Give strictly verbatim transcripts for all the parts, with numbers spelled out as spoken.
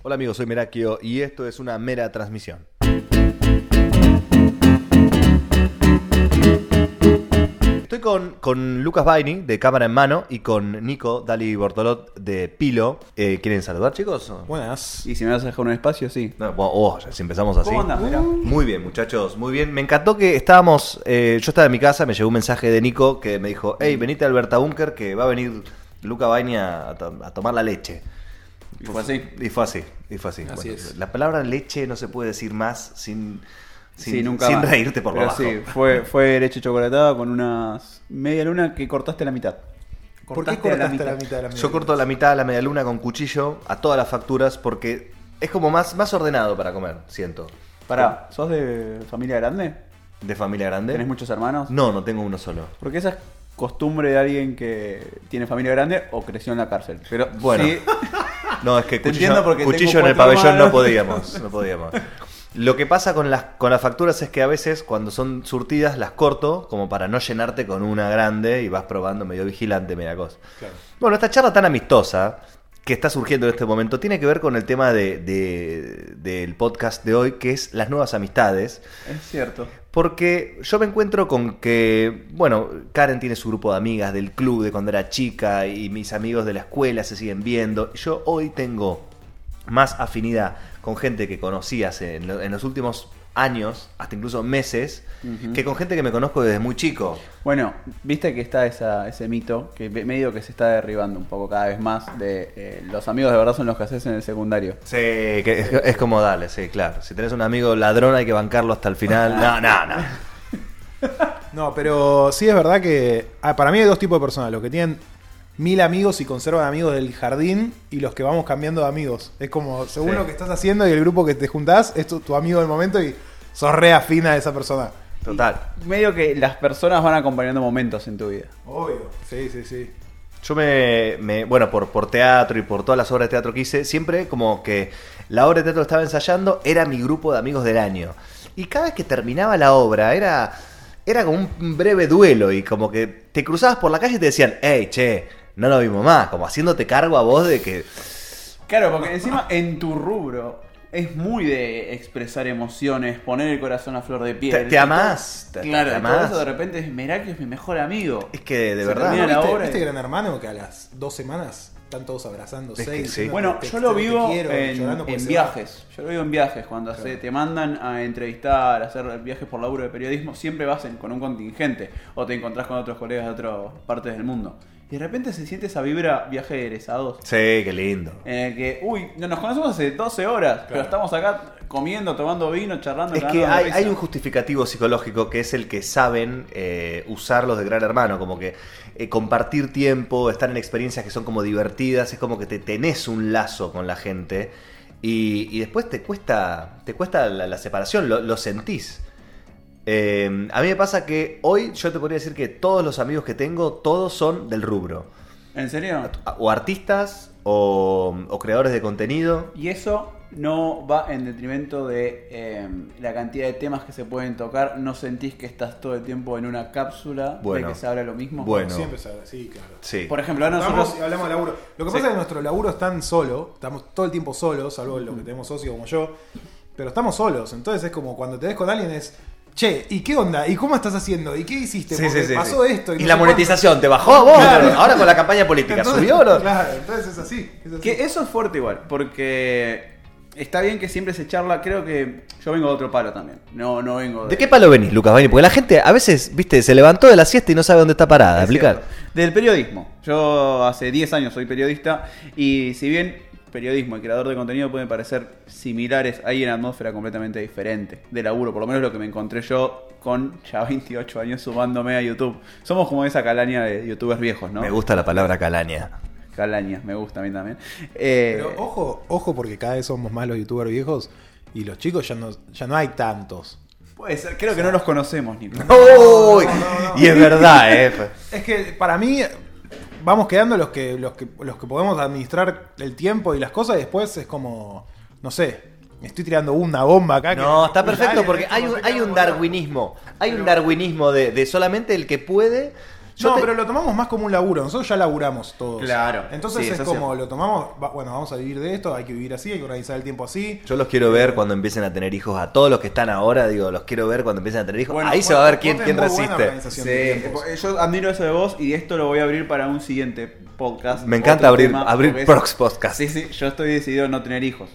Hola amigos, soy Merakio y esto es una mera transmisión. Estoy con, con Lucas Baini, de Cámara en Mano, y con Nico Dali Bortolot, de Pilo. Eh, ¿Quieren saludar, chicos? Buenas. Y si me vas a dejar un espacio, sí. No, bueno, oh, si empezamos así. ¿Cómo andás, Mera? Muy bien, muchachos, muy bien. Me encantó que estábamos... Eh, yo estaba en mi casa, me llegó un mensaje de Nico que me dijo: hey, venite a Alberta Bunker, que va a venir Luca Baini a, a, to- a tomar la leche. Y fue así. Y fue así, y fue así. Así Bueno, es. La palabra leche no se puede decir más sin... Sin, Sí, nunca sin más. reírte por lo Pero bajo. sí, fue, fue leche chocolatada con unas media luna que cortaste a la mitad. ¿Por qué cortaste la mitad, de la media? Yo corto la mitad de la media luna con cuchillo a todas las facturas porque es como más, más ordenado para comer, siento. Pará, ¿sos de familia grande? ¿De familia grande? ¿Tenés muchos hermanos? No, no tengo uno solo. Porque esa es costumbre de alguien que tiene familia grande o creció en la cárcel. Pero Bueno. sí, No, es que Te cuchillo, entiendo porque cuchillo tengo en el cuatro pabellón no hermanos. podíamos, no podíamos. Lo que pasa con las, con las facturas es que a veces cuando son surtidas las corto como para no llenarte con una grande y vas probando medio vigilante, media cosa. Claro. Bueno, esta charla tan amistosa que está surgiendo en este momento tiene que ver con el tema de, de- del podcast de hoy, que es las nuevas amistades. es cierto. Porque yo me encuentro con que, bueno, Karen tiene su grupo de amigas del club de cuando era chica y mis amigos de la escuela se siguen viendo. Yo hoy tengo más afinidad con gente que conocí hace, en, lo- en los últimos años, hasta incluso meses, Ujú. que con gente que me conozco desde muy chico. Bueno, viste que está esa, ese mito que ve- medio que se está derribando un poco cada vez más de eh, los amigos de verdad son los que haces en el secundario. Sí, que es, es como dale, sí, claro. Si tenés un amigo ladrón hay que bancarlo hasta el final. No, no, no. No, pero sí es verdad que ah, para mí hay dos tipos de personas: los que tienen mil amigos y conservan amigos del jardín y los que vamos cambiando de amigos. Es como, según Sí. lo que estás haciendo y el grupo que te juntás, es tu, tu amigo del momento y sos re afín a esa persona. Total. Medio que las personas van acompañando momentos en tu vida. Obvio. Sí, sí, sí. Yo me, me- bueno, por, por teatro y por todas las obras de teatro que hice, siempre como que la obra de teatro que estaba ensayando era mi grupo de amigos del año. Y cada vez que terminaba la obra era, era como un breve duelo y como que te cruzabas por la calle y te decían: hey, che, no lo vimos más, como haciéndote cargo a vos de que... Claro, porque encima en tu rubro es muy de expresar emociones, poner el corazón a flor de piel. Te- te amás, te- Claro, te y todo amás. eso de repente es Merakio es mi mejor amigo. Es que de Se verdad... termina la ¿Viste, obra ¿Viste y- Gran Hermano que a las dos semanas están todos abrazándose? Es que y sí. diciendo, Bueno, te- yo te- lo te vivo quiero, en, llorando porque en se viajes. Yo lo vivo en viajes. Cuando Claro. se te mandan a entrevistar, a hacer viajes por laburo de periodismo, siempre vas en- con un contingente o te encontrás con otros colegas de otras partes del mundo. Y de repente se siente esa vibra viaje de egresados. Sí, qué lindo. En el que, uy, no nos conocemos hace doce horas, pero estamos acá comiendo, tomando vino, charlando. Es que cagándonos de hay, risa. hay un justificativo psicológico que es el que saben eh, usar los de Gran Hermano, como que eh, compartir tiempo, estar en experiencias que son como divertidas, es como que te tenés un lazo con la gente y, y después te cuesta, te cuesta la, la separación, lo, lo sentís. Eh, a mí me pasa que hoy yo te podría decir que todos los amigos que tengo, todos son del rubro. ¿En serio? O artistas o, o creadores de contenido. Y eso no va en detrimento de eh, la cantidad de temas que se pueden tocar. ¿No sentís que estás todo el tiempo en una cápsula Bueno. de que se habla lo mismo? Bueno. Siempre se habla, sí, claro. Sí. Por ejemplo, ahora Estamos nosotros... y hablamos de laburo. Lo que Sí. pasa es que nuestro laburo es tan solo, estamos todo el tiempo solos, salvo los que tenemos socios como yo, pero estamos solos. Entonces es como cuando te ves con alguien es, che, ¿y qué onda? ¿Y cómo estás haciendo? ¿Y qué hiciste? Sí, Porque sí, sí, pasó sí. esto. Y, no la sé monetización, ¿te bajó a vos? Claro. Ahora con la campaña política, cuánto. Entonces, ¿subió o no? Claro, entonces es así. Es así. Que eso es fuerte igual, porque está bien que siempre se charla. Creo que yo vengo de otro palo también. No, no vengo de... ¿De qué palo venís, Lucas Baini? Porque la gente a veces, viste, se levantó de la siesta y no sabe dónde está parada. Es Explicar. cierto. Del periodismo. Yo hace diez años soy periodista y si bien periodismo y creador de contenido pueden parecer similares, hay una atmósfera completamente diferente de laburo, por lo menos lo que me encontré yo con ya veintiocho años sumándome a YouTube. Somos como esa calaña de youtubers viejos, ¿no? Me gusta la palabra calaña. Calaña, me gusta a mí también. Eh, Pero ojo, ojo porque cada vez somos más los youtubers viejos y los chicos ya no, ya no hay tantos. puede ser, creo que no los conocemos, Nico. ¡Uy! no, no. Y es verdad, eh. Es que para mí vamos quedando los que, los que los que podemos administrar el tiempo y las cosas y después es como, no sé, estoy tirando una bomba acá. No, que- está perfecto Dale, porque esto hay no un, sé hay qué un vamos a- darwinismo. Hay un Pero- darwinismo de, de solamente el que puede Yo no, te- pero lo tomamos más como un laburo. Nosotros ya laburamos todos. Claro. Entonces Sí, es eso es como cierto. lo tomamos, va- bueno, vamos a vivir de esto, hay que vivir así, hay que organizar el tiempo así. Yo los quiero ver cuando empiecen a tener hijos. A todos los que están ahora, digo, los quiero ver cuando empiecen a tener hijos. Bueno, Ahí se Vos- va a ver vos quién, tenés quién muy buena resiste. organización de Sí, tiempos. eh, yo admiro eso de vos y esto lo voy a abrir para un siguiente podcast. Me encanta otro abrir- tema, abrir porque es- prox podcast. Sí, sí, yo estoy decidido a no tener hijos.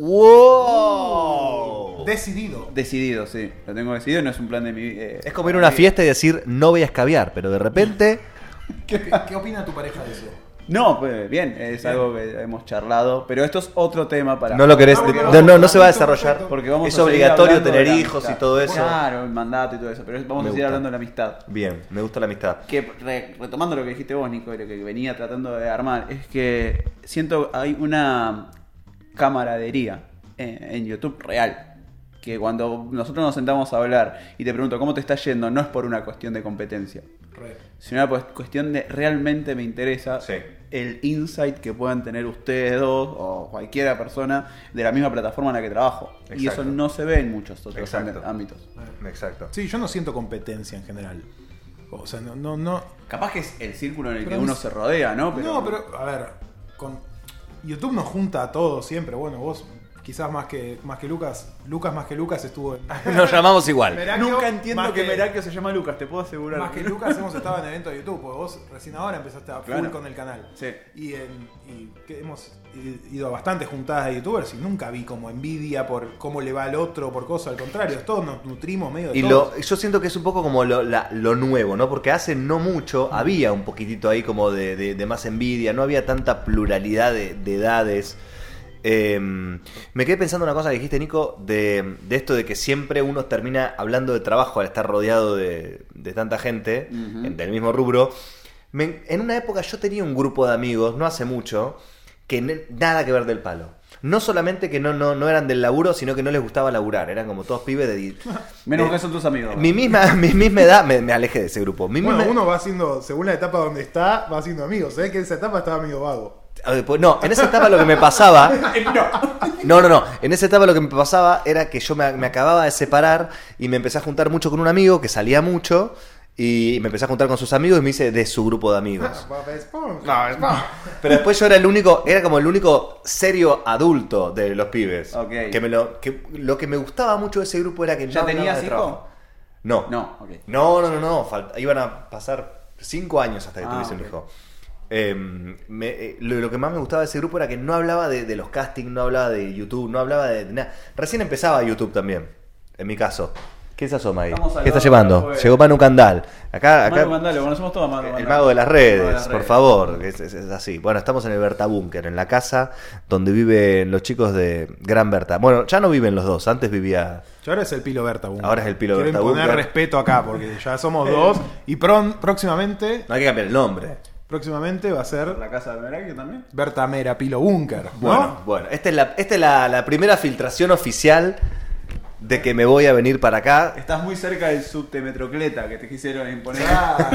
¡Wow! Decidido. Decidido, sí. Lo tengo decidido, no es un plan de mi vida. Es como ir a una fiesta y decir, no voy a escabiar, pero de repente... ¿Qué, qué opina tu pareja de eso? No, pues bien, es algo que hemos charlado, pero esto es otro tema para... No lo querés, Ah, bueno, no, no, no se va a perfecto, desarrollar. perfecto. Porque vamos Es a seguir obligatorio hablando tener de la hijos amistad. y todo eso. Claro, el mandato y todo eso, pero vamos Me a seguir gusta. hablando de la amistad. Bien, me gusta la amistad. Que re- retomando lo que dijiste vos, Nico, y lo que venía tratando de armar, es que siento hay una camaradería en, en YouTube real. Que cuando nosotros nos sentamos a hablar y te pregunto cómo te está yendo, no es por una cuestión de competencia, Re. sino una pues- cuestión de realmente me interesa Sí. el insight que puedan tener ustedes dos o cualquiera persona de la misma plataforma en la que trabajo. Y Exacto. eso no se ve en muchos otros Exacto. ámbitos. Exacto. Sí, yo no siento competencia en general. O sea, no, no, no. Capaz que es el círculo en el Pero que uno es- se rodea, ¿no? No, pero, a ver, con YouTube nos junta a todos siempre. Bueno, vos quizás más que más que Lucas, Lucas más que Lucas estuvo en... Nos llamamos igual. Merakio, Nunca entiendo más que Merakio se llama Lucas, te puedo asegurar. Más que Lucas hemos estado en eventos de YouTube, porque vos recién ahora empezaste a full Claro. con el canal. Sí. Y, en- y que hemos ido a bastantes juntadas de youtubers y nunca vi como envidia por cómo le va al otro, por cosas, al contrario, todos nos nutrimos medio de Y todos. lo, yo siento que es un poco como lo, la- lo nuevo, ¿no? Porque hace no mucho había un poquitito ahí como de, de- de más envidia, no había tanta pluralidad de, de edades. Eh, me quedé pensando una cosa que dijiste, Nico, de, de esto de que siempre uno termina hablando de trabajo al estar rodeado de, de tanta gente, Ujú. en- del mismo rubro. Me- en una época yo tenía un grupo de amigos, no hace mucho, que ne- nada que ver del palo. No solamente que no, no, no eran del laburo, sino que no les gustaba laburar. Eran como todos pibes de... di- Menos de- que son tus amigos. mi misma, mi misma edad, me, me alejé de ese grupo. Mi Bueno, misma- uno va haciendo, según la etapa donde está, va haciendo amigos. ¿Sabés que en esa etapa estaba amigo vago? A ver, pues, no, en esa etapa lo que me pasaba... No, no, no. En esa etapa lo que me pasaba era que yo me, me acababa de separar y me empecé a juntar mucho con un amigo que salía mucho y me empecé a juntar con sus amigos y me hice de su grupo de amigos. Bob Esponja. Pero después yo era el único, era como el único serio adulto de los pibes. Ok. Que me lo, que, lo que me gustaba mucho de ese grupo era que ¿Ya no hablaba tenías de hijo? trabajo. No. No, ok. No, no, no, no. falta- iban a pasar cinco años hasta que Ah, tuviese ok. un hijo. Eh, me- eh, lo, lo que más me gustaba de ese grupo era que no hablaba de, de los castings, no hablaba de YouTube, no hablaba de, de nada. Recién empezaba YouTube también, en mi caso. ¿Qué se asoma ahí? Estamos al ¿Qué está lado, llevando? pues. Llegó Manu Candal. Acá, acá Manu Mandal, lo conocemos todos, Manu el Mandal. mago de las Mago de redes, las por redes. favor. Es, es- es así. Bueno, estamos en el Berta Bunker, en la casa donde viven los chicos de Gran Berta. Bueno, ya no viven los dos, antes vivía... Yo ahora es el Pilo Berta Bunker. Ahora es el Pilo Quieren Berta poner Bunker. respeto acá porque ya somos dos. Y pron- próximamente, No hay que cambiar el nombre. próximamente va a ser ¿La casa de Merakio también? Berta Mera Pilo Bunker. ¿no? Bueno, bueno, esta es la, esta es la, la primera filtración oficial de que me voy a venir para acá. Estás muy cerca del subte Metrocleta que te quisieron imponer.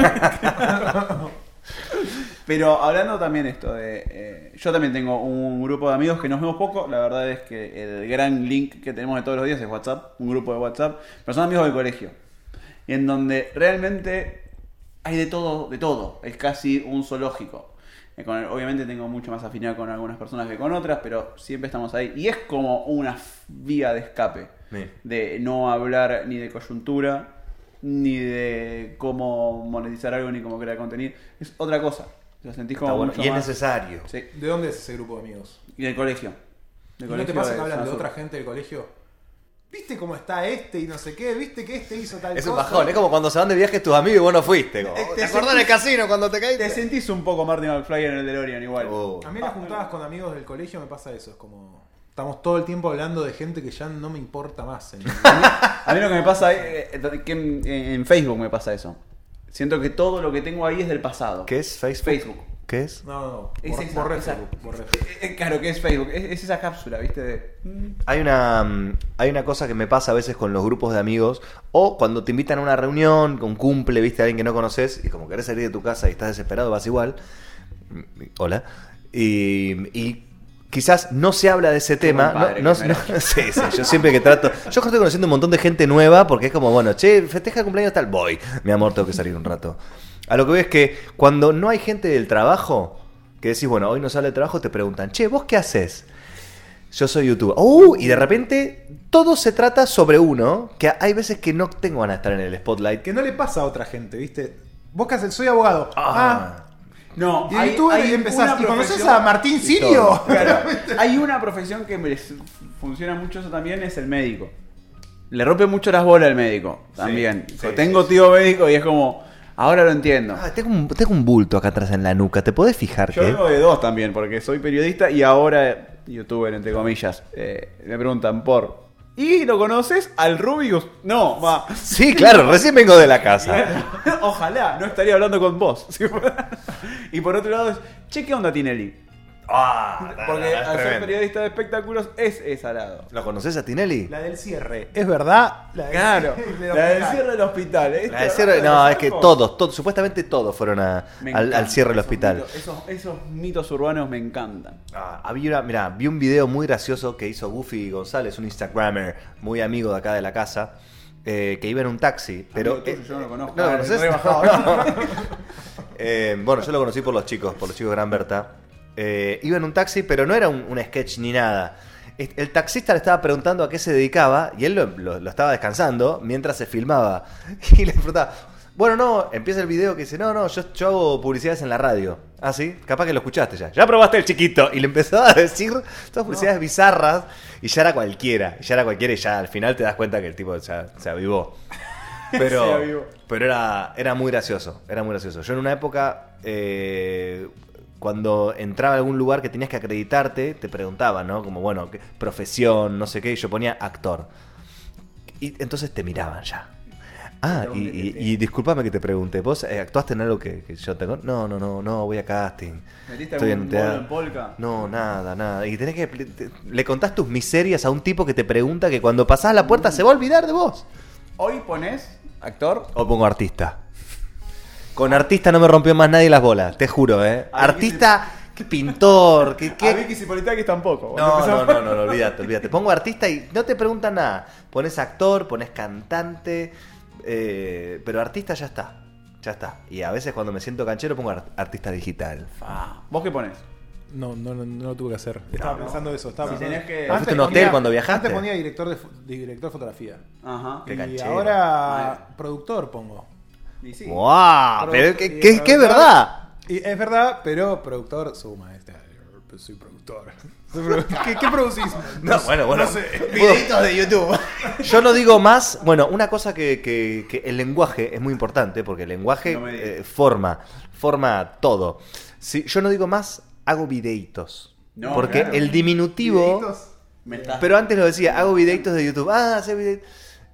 Ah, Pero hablando también esto de... eh, yo también tengo un grupo de amigos que nos vemos poco. La verdad es que el gran link que tenemos de todos los días es WhatsApp. Un grupo de WhatsApp. Pero son amigos del colegio. Y en donde realmente hay de todo, de todo. Es casi un zoológico. Eh, con el- obviamente tengo mucho más afinidad con algunas personas que con otras, pero siempre estamos ahí. Y es como una f- vía de escape. Sí. De no hablar ni de coyuntura, ni de cómo monetizar algo, ni cómo crear contenido. Es otra cosa. Lo sentís como Está bueno. mucho Y es más- necesario. Sí. ¿de dónde es ese grupo de amigos? Y del colegio. Del ¿Y no te colegio pasa que de hablan de zona otra sur. gente del colegio? ¿Viste cómo está este y no sé qué? ¿Viste que este hizo tal Es cosa? un bajón, es como cuando se van de viaje tus amigos y vos no fuiste. Como, Eh, ¿Te te acordás del casino cuando te caíste? Te sentís un poco Martin McFly en el DeLorean igual. Oh. A mí en las juntadas con amigos del colegio me pasa eso. Es como... Estamos todo el tiempo hablando de gente que ya no me importa más. ¿entendés? A mí lo que me pasa eh, eh, que en, en Facebook me pasa eso. Siento que todo lo que tengo ahí es del pasado. ¿Qué es Facebook? Facebook. ¿Qué es? No, no, no. Es Bor- esa- borré esa- Facebook, borré Eh, Facebook. eh, Claro, que es Facebook. Es, es esa cápsula, ¿viste? De, mm, Hay una, mm, hay una cosa que me pasa a veces con los grupos de amigos o cuando te invitan a una reunión, con cumple, viste a alguien que no conoces y como querés salir de tu casa y estás desesperado, vas igual. Mm, Hola. Y, y quizás no se habla de ese tema. buen padre no, que no- me no- sí, sí, yo siempre que trato. Yo estoy conociendo un montón de gente nueva porque es como, bueno, che, festeja el cumpleaños tal, voy. Mi amor, tengo que salir un rato. A lo que veo es que cuando no hay gente del trabajo, que decís, bueno, hoy no sale de trabajo, te preguntan, che, ¿vos qué haces? Yo soy youtuber. Uh, y de repente todo se trata sobre uno, que hay veces que no tengo ganas de estar en el spotlight. Que no le pasa a otra gente, ¿viste? Vos qué haces, soy abogado. Ah. Ah. No, Y hay, youtuber hay y empezás. una ¿Y conoces profesión- a Martín Sirio? todo. Claro, hay una profesión que me funciona mucho eso también, es el médico. Le rompe mucho las bolas al médico también. Sí, Yo sí, tengo sí, tío médico y es como, ahora lo entiendo. Ah, tengo, un, tengo un bulto acá atrás en la nuca, ¿te podés fijar Yo que? vengo de dos también, porque soy periodista y ahora youtuber, entre comillas. Eh, me preguntan por... ¿Y lo conoces al Rubius? No, va. Sí, claro, recién vengo de la casa. Ojalá, no estaría hablando con vos. Y por otro lado es, che, ¿qué onda Tinelli? Ah, Porque al ser periodista de espectáculos es ese lado. ¿Lo conoces a Tinelli? La del cierre. ¿Es verdad? La del- Claro, del la del hospital. cierre del hospital. ¿eh? La del cierre- no, es que todos, todos, supuestamente todos fueron a- Me al, al encantan cierre del esos hospital. mitos, esos, esos mitos urbanos me encantan. Ah, había una, mirá, vi un video muy gracioso que hizo Goofy González, un Instagrammer muy amigo de acá de la casa, eh, que iba en un taxi, pero... Amigo tuyo, eh, yo no lo conozco. ¿No lo Ah, conoces? re bajado. No. Eh, bueno, yo lo conocí por los chicos, por los chicos de Gran Berta. Eh, iba en un taxi, pero no era un, un sketch ni nada. El taxista le estaba preguntando a qué se dedicaba y él lo, lo- lo estaba descansando mientras se filmaba. Y le preguntaba, bueno, no, empieza el video que dice, no, no, yo, yo hago publicidades en la radio. Ah, sí, capaz que lo escuchaste ya. Ya probaste el chiquito. Y le empezaba a decir todas publicidades bizarras y ya era cualquiera. Ya era cualquiera y ya al final te das cuenta que el tipo ya se avivó. Pero, Se avivó. pero era, era muy gracioso, era muy gracioso. Yo en una época, eh, cuando entraba a algún lugar que tenías que acreditarte, te preguntaban, ¿no? Como, bueno, ¿qué profesión, no sé qué, y yo ponía actor. Y entonces te miraban ya. Ah, y, y, y discúlpame que te pregunte, ¿vos eh, actuaste en algo que, que yo tengo? No, no, no, no, voy a casting. ¿Metiste Estoy algún en teatro. bolo en polka? No, nada, nada. Y tenés que... te- le contás tus miserias a un tipo que te pregunta que cuando pasás la puerta se va a olvidar de vos. Hoy pones actor. O pongo artista. Con artista no me rompió más nadie las bolas, te juro, ¿eh? A Artista, qué pintor, qué... A qué... Vicky Cipolitakis tampoco. No, no, no, no, no, olvídate, olvídate. Pongo artista y no te preguntan nada. Pones actor, pones cantante, eh, pero artista ya está, ya está. Y a veces cuando me siento canchero pongo art- artista digital. Ah, ¿vos qué pones? No, no, no, no lo tuve que hacer. Estaba no. pensando eso. Estaba Si pensando- tenés que- ¿Ah, fuiste a un hotel cuando viajaste? Antes ponía director de, fo- director de fotografía. Ajá. Qué y canchero. ahora Mal. productor pongo. Y sí. ¡Wow! Pero Produ- qué, y qué, qué productor- verdad. Y es verdad, pero productor suma. Este, soy productor. Soy produ- ¿Qué, ¿Qué producís? No, bueno, bueno. No sé. Videitos de YouTube. Yo no digo más. Bueno, una cosa que, que- que el lenguaje es muy importante, porque el lenguaje No me digas. eh, forma, forma todo. Si yo no digo más, hago videitos. No, porque claro. el diminutivo. Videitos. Me estás- Pero antes lo decía, hago videitos de YouTube. Ah, hace videitos.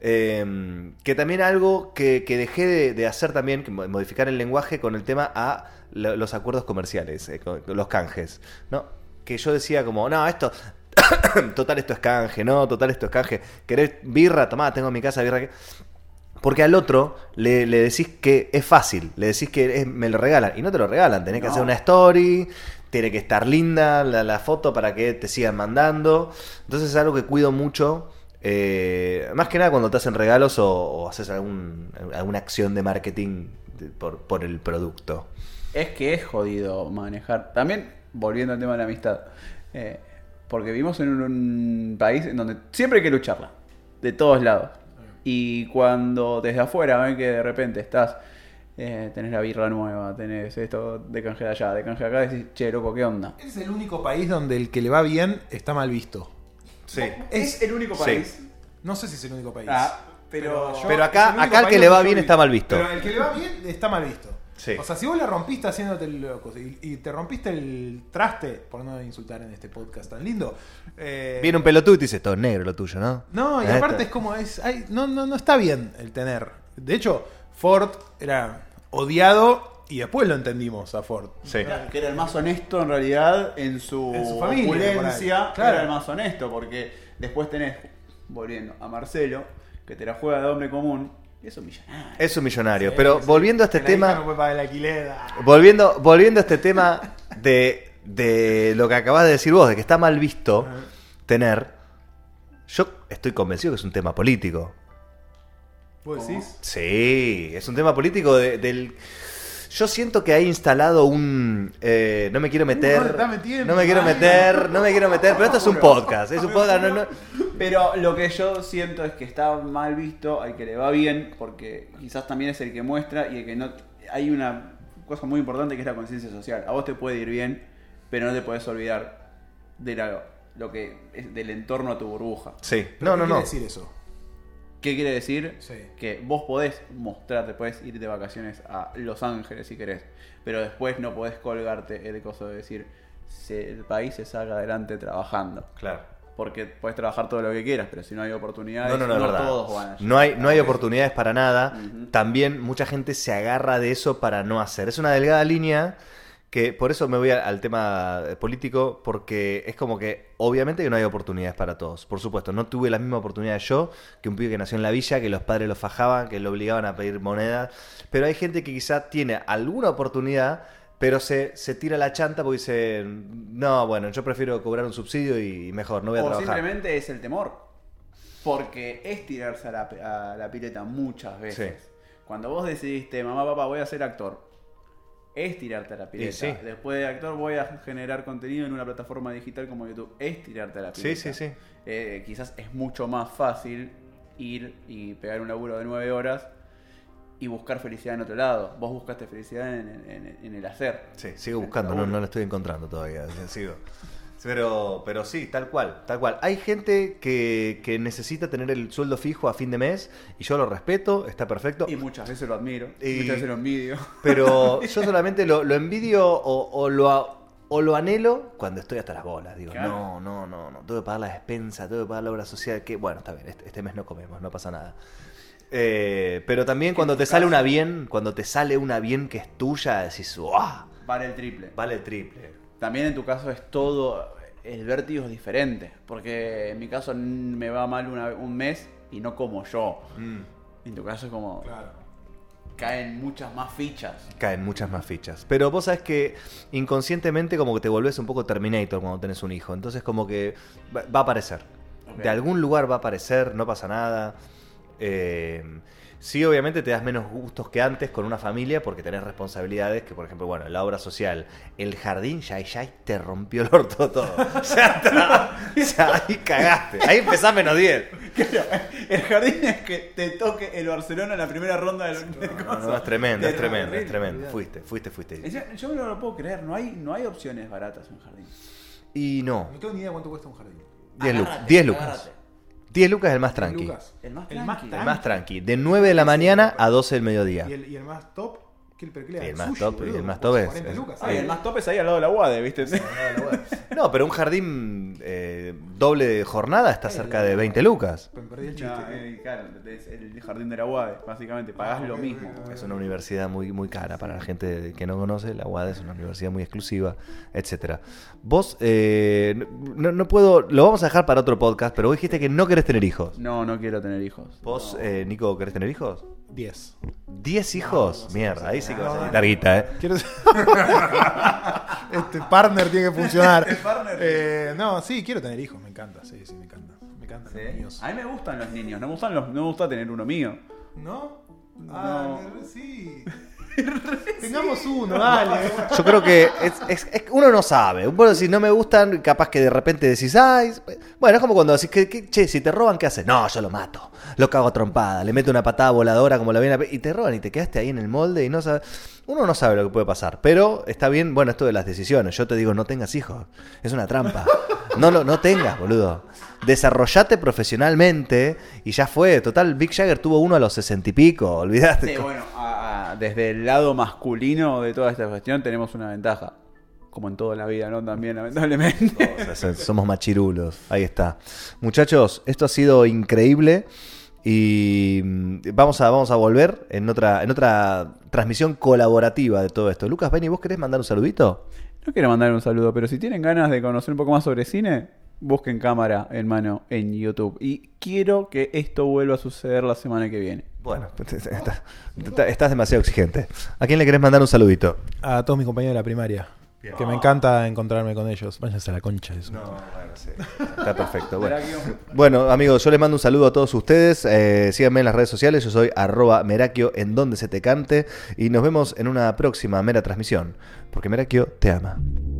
Eh, que también algo que, que dejé de, de hacer también, que mo- modificar el lenguaje con el tema a lo- los acuerdos comerciales, eh, con, con los canjes, ¿no? Que yo decía como, no, esto, total esto es canje, no, total esto es canje. ¿Querés birra? Tomá, tengo en mi casa birra. que-". Porque al otro le, le decís que es fácil, le decís que es- me lo regalan, y no te lo regalan, tenés que No. hacer una story, tiene que estar linda la, la foto para que te sigan mandando. Entonces es algo que cuido mucho. Eh, más que nada cuando te hacen regalos o, o haces algún, alguna acción de marketing de- por, por el producto. Es que es jodido manejar. También, volviendo al tema de la amistad. eh, porque vivimos en un, un país en donde siempre hay que lucharla. De todos lados. Y cuando desde afuera ven que de repente estás. eh, tenés la birra nueva, tenés esto de canje de allá, de canje de acá, decís, che, loco, ¿qué onda? Es el único país donde el que le va bien está mal visto. Sí. Es el único Sí. país. No sé si es el único país. Ah, pero. yo- Pero acá- es el único acá el país que le va donde yo bien vi- está mal visto. Pero el que le va bien está mal visto. Sí. O sea, si vos la rompiste haciéndote el loco y, y te rompiste el traste, por no insultar en este podcast tan lindo. eh, Viene un pelotudo y te dice, todo negro lo tuyo, ¿no? No, y Eh, aparte está- es como es. ay, no, no, no está bien el tener. De hecho, Ford era odiado y después lo entendimos a Ford. Sí. Era- que era el más honesto en realidad en su, En su familia, opulencia, por ahí. Claro. era el más honesto porque después tenés, volviendo a Marcelo, que te la juega de hombre común y es un millonario. Es un millonario. Sí, pero sí. volviendo a este Que la hija tema... no puede pagar el alquiler. ah. Volviendo, volviendo a este tema de, de lo que acabas de decir vos, de que está mal visto Ajá. tener, yo estoy convencido que es un tema político. ¿Vos decís? Sí, es un tema político de- del... Yo siento que hay instalado un... eh, no me quiero meter... No, está metiendo, no me quiero ay, meter, no me quiero meter, pero esto es un podcast. Es un podcast, no, no, Pero lo que yo siento es que está mal visto al que le va bien, porque quizás también es el que muestra y el que no... Hay una cosa muy importante que es la conciencia social. A vos te puede ir bien, pero no te podés olvidar de la, lo que es del entorno a tu burbuja. Sí, ¿Pero no, qué no, no. quiere decir eso? ¿Qué quiere decir? Sí. Que vos podés mostrarte, podés ir de vacaciones a Los Ángeles si querés, pero después no podés colgarte el coso de decir se, el país se salga adelante trabajando. Claro. Porque podés trabajar todo lo que quieras, pero si no hay oportunidades, No, no, no, es verdad. todos van a No hay, no hay oportunidades para nada. Ujú. También mucha gente se agarra de eso para no hacer. Es una delgada línea que por eso me voy a- al tema político, porque es como que obviamente que no hay oportunidades para todos. Por supuesto, no tuve la misma oportunidad yo que un pibe que nació en la villa, que los padres lo fajaban, que lo obligaban a pedir monedas. Pero hay gente que quizá tiene alguna oportunidad, pero se, se tira la chanta porque dice, no, bueno, yo prefiero cobrar un subsidio y mejor, no voy a O trabajar. simplemente es el temor. Porque es tirarse a la, a la pileta muchas veces. Sí. Cuando vos decidiste, mamá, papá, voy a ser actor, es tirarte a la pileta. sí. Después de actor voy a generar contenido en una plataforma digital como YouTube. Es tirarte a la Sí, pileta. sí, sí. Eh, quizás es mucho más fácil ir y pegar un laburo de nueve horas y buscar felicidad en otro lado. Vos buscaste felicidad en, en- en el hacer. Sí, sigo buscando, no, no lo estoy encontrando todavía. Sigo. Pero, pero sí, tal cual, tal cual. Hay gente que, que necesita tener el sueldo fijo a fin de mes y yo lo respeto, está perfecto. Y muchas veces lo admiro, Y- muchas veces lo envidio. Pero yo solamente lo, lo envidio o, o lo, a- o lo anhelo cuando estoy hasta las bolas. Digo, Claro. no, no, no, no, tengo que pagar la despensa, tengo que pagar la obra social. Que bueno, está bien, este, este mes no comemos, no pasa nada. Eh, pero también cuando te sale una bien, cuando te sale una bien que es tuya, decís, ¡guau! Vale el triple. Vale el triple. También en tu caso es todo, el vértigo es diferente, porque en mi caso n- me va mal una- un mes y no como yo. Mm. En tu caso es como Claro. caen muchas más fichas. Caen muchas más fichas. Pero vos sabés que inconscientemente como que te volvés un poco Terminator cuando tenés un hijo. Entonces como que va, va a aparecer. Ok. De algún lugar va a aparecer, no pasa nada. Eh, sí, obviamente te das menos gustos que antes con una familia porque tenés responsabilidades que, por ejemplo, bueno, la obra social, el jardín, ya, ya ahí te rompió el orto todo. Ya está. Ya ahí cagaste. Ahí empezás menos diez. El jardín es que te toque el Barcelona en la primera ronda del de No, cosas. no, es tremendo, es Terrible, tremendo, es terrible, tremendo. olvidate. Fuiste, fuiste, fuiste. Encima, yo no lo puedo creer, no hay, no hay opciones baratas en jardín. Y no, No tengo ni idea cuánto cuesta un jardín. diez lu- Agárrate, diez lucas. agárrate. diez lucas es el más tranqui. Lucas. El más El más tranqui. El más tranqui. De nueve de la mañana a doce del mediodía. ¿Y el, y el más top? ¿Qué el perclea? Sí, el más Sushi, top, boludo, el más por top es- cuarenta es- lucas. Ah, y ¿eh? el más top es ahí al lado de la U A D, ¿viste? No, pero un jardín eh, doble de jornada está cerca de veinte lucas. Me perdí el chiste. No, eh, claro, es el jardín de la U A D, básicamente, pagás Ah, lo ok, mismo. ok, ok. Es una universidad muy, muy cara para la gente que no conoce. La U A D es una universidad muy exclusiva, etcétera. Vos, eh, no, no puedo, lo vamos a dejar para otro podcast, pero vos dijiste que no querés tener hijos. No, no quiero tener hijos. Vos, No. eh, Nico, ¿querés tener hijos? diez. ¿diez hijos? Mierda, ahí sí que va a No, salir no. larguita, ¿eh? Quiero... este partner tiene que funcionar. Este partner. Eh, no, sí, quiero tener hijos, me encanta. Sí, sí, me encanta. Me encantan los niños. A mí me gustan los niños, no me gustan los, no me gusta tener uno mío. ¿No? No. Ah, me- sí. Tengamos uno, dale. Yo creo que es, es- es- uno no sabe. Bueno, si no me gustan, capaz que de repente decís, ay, bueno, es como cuando decís, que, que, che, si te roban, ¿qué haces? No, yo lo mato. Lo cago a trompada, le meto una patada voladora como la viene a pe- y te roban y te quedaste ahí en el molde y no sabes. Uno no sabe lo que puede pasar, pero está bien, bueno, esto de las decisiones. Yo te digo, no tengas hijos. Es una trampa. No lo no tengas, boludo. Desarrollate profesionalmente y ya fue. Total, Mick Jagger tuvo uno a los sesenta y pico, olvidaste. Sí, bueno, a- a- desde el lado masculino de toda esta cuestión tenemos una ventaja. Como en toda la vida, ¿no? También, lamentablemente. O sea, somos machirulos. Ahí está. Muchachos, esto ha sido increíble. Y mm, vamos a, vamos a volver en otra, en otra transmisión colaborativa de todo esto. Lucas, Benny, ¿vos querés mandar un saludito? No quiero mandar un saludo, pero si tienen ganas de conocer un poco más sobre cine, busquen Cámara en Mano en YouTube. Y quiero que esto vuelva a suceder la semana que viene. Bueno, estás, estás demasiado exigente. ¿A quién le querés mandar un saludito? A todos mis compañeros de la primaria. Bien. Que me encanta encontrarme con ellos. Váyanse a la concha de eso. No, bueno, sí. Está perfecto. Bueno. Bueno, amigos, yo les mando un saludo a todos ustedes. Eh, síganme en las redes sociales. Yo soy arroba Merakio en donde se te cante. Y nos vemos en una próxima mera transmisión. Porque Merakio te ama.